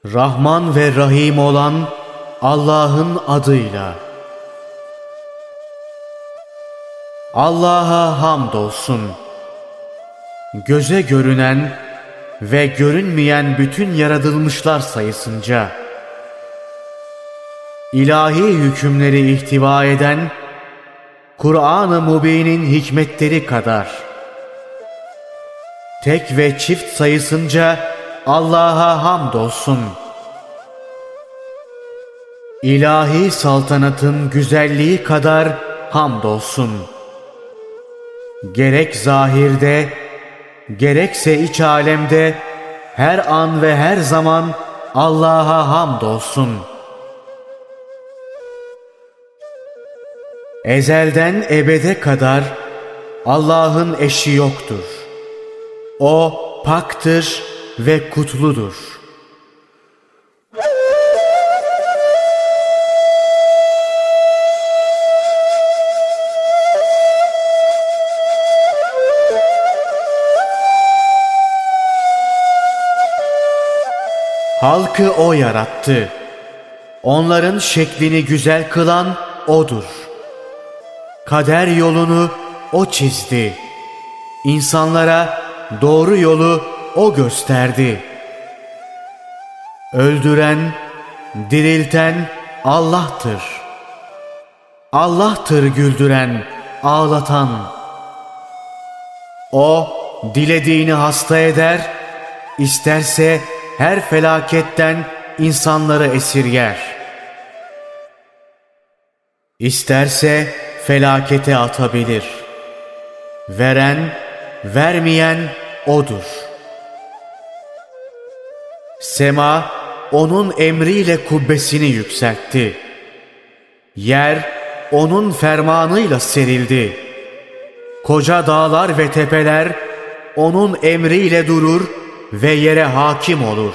Rahman ve Rahim olan Allah'ın adıyla. Allah'a hamdolsun. Göze görünen ve görünmeyen bütün yaratılmışlar sayısınca, ilahi hükümleri ihtiva eden Kur'an-ı Mubin'in hikmetleri kadar, tek ve çift sayısınca Allah'a hamdolsun. İlahi saltanatın güzelliği kadar hamdolsun. Gerek zahirde, gerekse iç alemde, her an ve her zaman Allah'a hamdolsun. Ezelden ebede kadar Allah'ın eşi yoktur. O paktır ve kutludur. Halkı O yarattı. Onların şeklini güzel kılan O'dur. Kader yolunu O çizdi. İnsanlara doğru yolu O gösterdi. Öldüren, dirilten Allah'tır. Allah'tır güldüren, ağlatan. O dilediğini hasta eder, isterse her felaketten insanları esirger. İsterse felakete atabilir. Veren, vermeyen O'dur. Sema, O'nun emriyle kubbesini yükseltti. Yer, O'nun fermanıyla serildi. Koca dağlar ve tepeler, O'nun emriyle durur ve yere hakim olur.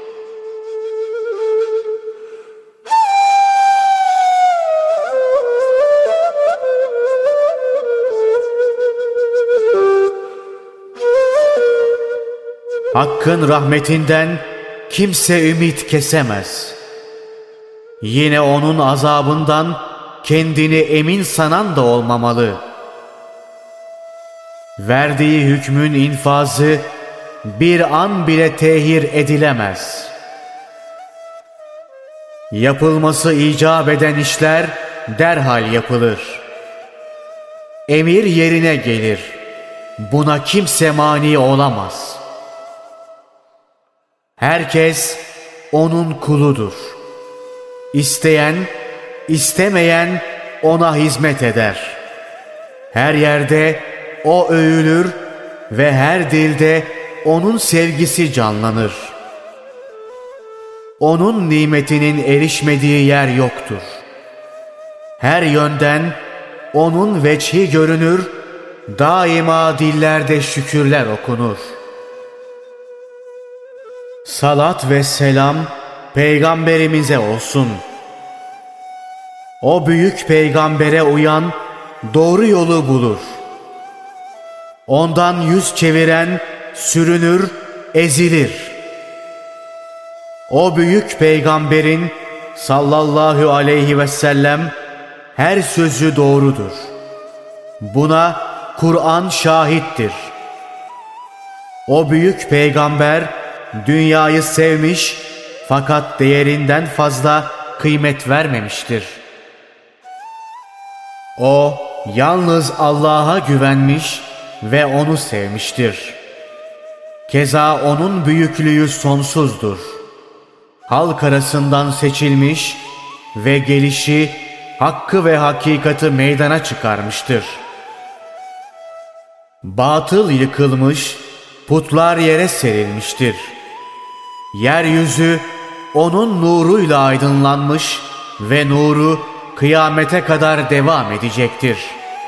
Hakk'ın rahmetinden kimse ümit kesemez. Yine O'nun azabından kendini emin sanan da olmamalı. Verdiği hükmün infazı bir an bile tehir edilemez. Yapılması icap eden işler derhal yapılır. Emir yerine gelir. Buna kimse mani olamaz. Herkes O'nun kuludur. İsteyen, istemeyen O'na hizmet eder. Her yerde O övülür ve her dilde O'nun sevgisi canlanır. O'nun nimetinin erişmediği yer yoktur. Her yönden O'nun veçhi görünür, daima dillerde şükürler okunur. Salat ve selam Peygamberimize olsun. O büyük peygambere uyan doğru yolu bulur. Ondan yüz çeviren sürünür, ezilir. O büyük peygamberin sallallahu aleyhi ve sellem her sözü doğrudur. Buna Kur'an şahittir. O büyük peygamber dünyayı sevmiş fakat değerinden fazla kıymet vermemiştir. O yalnız Allah'a güvenmiş ve O'nu sevmiştir. Keza O'nun büyüklüğü sonsuzdur. Halk arasından seçilmiş ve gelişi hakkı ve hakikati meydana çıkarmıştır. Batıl yıkılmış, putlar yere serilmiştir. Yeryüzü O'nun nuruyla aydınlanmış ve nuru kıyamete kadar devam edecektir.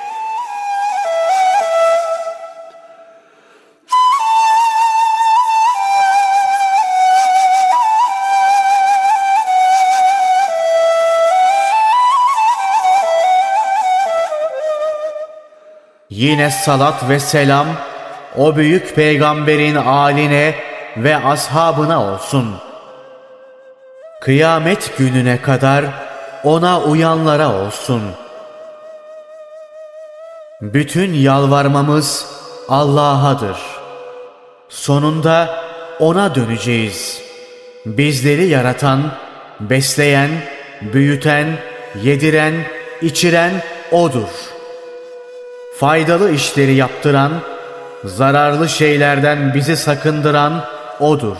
Yine salat ve selam o büyük peygamberin âline ve ashabına olsun. Kıyamet gününe kadar ona uyanlara olsun. Bütün yalvarmamız Allah'adır. Sonunda ona döneceğiz. Bizleri yaratan, besleyen, büyüten, yediren, içiren O'dur. Faydalı işleri yaptıran, zararlı şeylerden bizi sakındıran O'dur.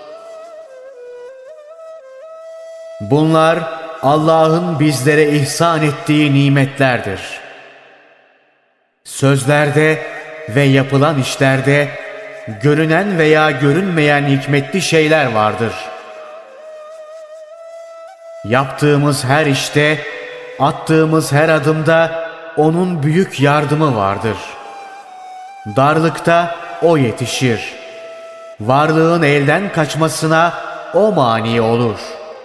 Bunlar Allah'ın bizlere ihsan ettiği nimetlerdir. Sözlerde ve yapılan işlerde görünen veya görünmeyen hikmetli şeyler vardır. Yaptığımız her işte, attığımız her adımda O'nun büyük yardımı vardır. Darlıkta O yetişir. Varlığın elden kaçmasına O mani olur.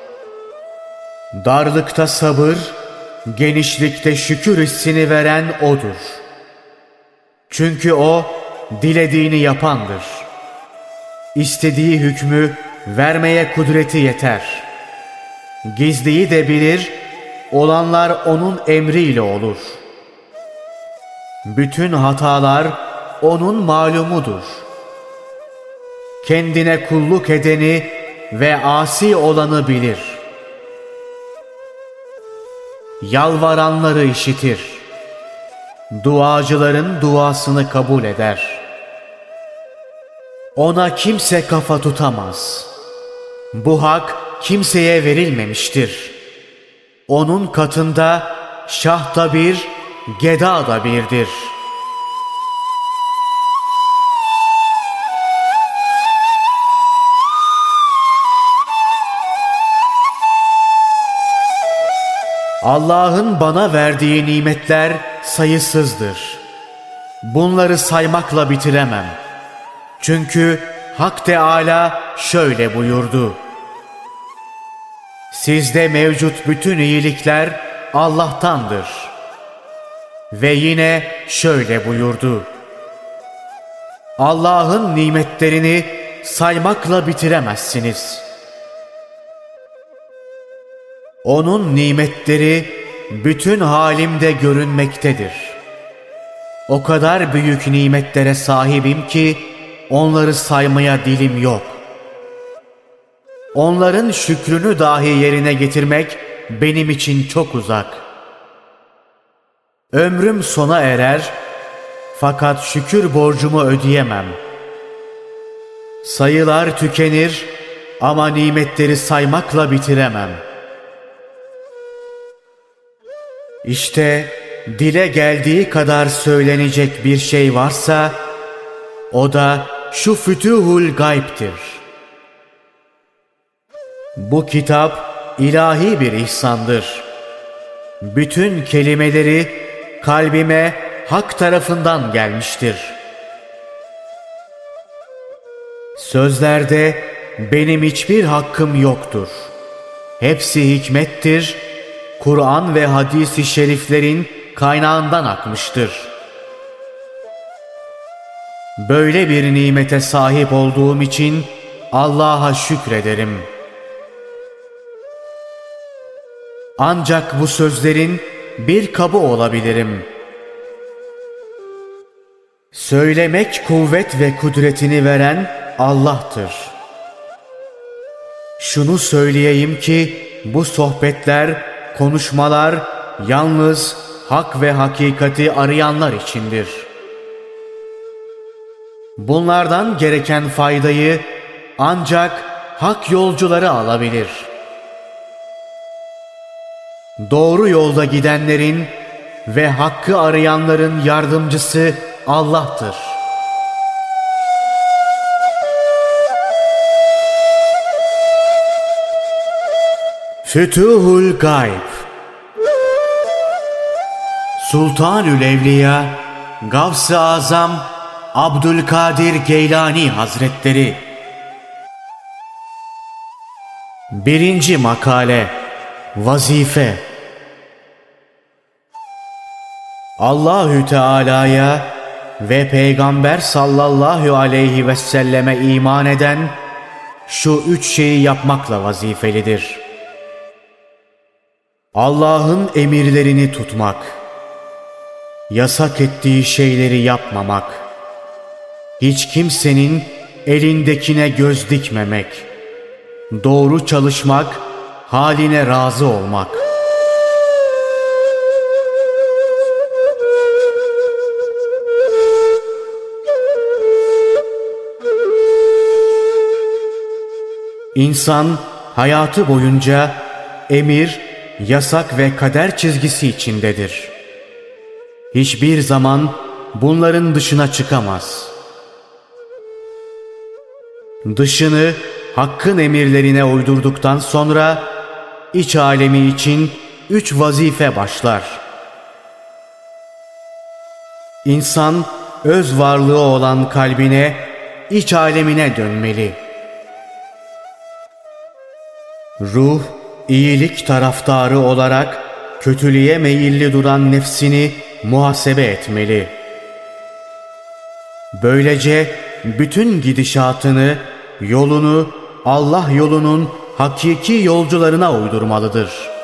Darlıkta sabır, genişlikte şükür hissini veren O'dur. Çünkü O dilediğini yapandır. İstediği hükmü vermeye kudreti yeter. Gizliyi de bilir, olanlar O'nun emriyle olur. Bütün hatalar O'nun malumudur. Kendine kulluk edeni ve asi olanı bilir. Yalvaranları işitir. Duacıların duasını kabul eder. Ona kimse kafa tutamaz. Bu hak kimseye verilmemiştir. Onun katında şah da bir, geda da birdir. Allah'ın bana verdiği nimetler sayısızdır. Bunları saymakla bitiremem. Çünkü Hak Teâlâ şöyle buyurdu: Sizde mevcut bütün iyilikler Allah'tandır. Ve yine şöyle buyurdu: Allah'ın nimetlerini saymakla bitiremezsiniz. O'nun nimetleri bütün halimde görünmektedir. O kadar büyük nimetlere sahibim ki onları saymaya dilim yok. Onların şükrünü dahi yerine getirmek benim için çok uzak. Ömrüm sona erer fakat şükür borcumu ödeyemem. Sayılar tükenir ama nimetleri saymakla bitiremem. İşte dile geldiği kadar söylenecek bir şey varsa o da şu Fütuhul Gayb'tir. Bu kitap ilahi bir ihsandır. Bütün kelimeleri kalbime Hak tarafından gelmiştir. Sözlerde benim hiçbir hakkım yoktur. Hepsi hikmettir. Kur'an ve hadis-i şeriflerin kaynağından akmıştır. Böyle bir nimete sahip olduğum için Allah'a şükrederim. Ancak bu sözlerin bir kabı olabilirim. Söylemek kuvvet ve kudretini veren Allah'tır. Şunu söyleyeyim ki bu sohbetler, konuşmalar yalnız hak ve hakikati arayanlar içindir. Bunlardan gereken faydayı ancak hak yolcuları alabilir. Doğru yolda gidenlerin ve hakkı arayanların yardımcısı Allah'tır. Fütuhul Gayb. Sultanül Evliya Gavs-ı Azam Abdülkadir Geylani Hazretleri. 1. Makale. Vazife. Allahü Teala'ya ve Peygamber sallallahu aleyhi ve selleme iman eden şu 3 şeyi yapmakla vazifelidir. Allah'ın emirlerini tutmak, yasak ettiği şeyleri yapmamak, hiç kimsenin elindekine göz dikmemek, doğru çalışmak, haline razı olmak. İnsan hayatı boyunca emir, yasak ve kader çizgisi içindedir. Hiçbir zaman bunların dışına çıkamaz. Dışını Hakk'ın emirlerine uydurduktan sonra iç alemi için 3 vazife başlar. İnsan öz varlığı olan kalbine, iç alemine dönmeli. Ruh, iyilik taraftarı olarak kötülüğe meyilli duran nefsini muhasebe etmeli. Böylece bütün gidişatını, yolunu Allah yolunun hakiki yolcularına uydurmalıdır.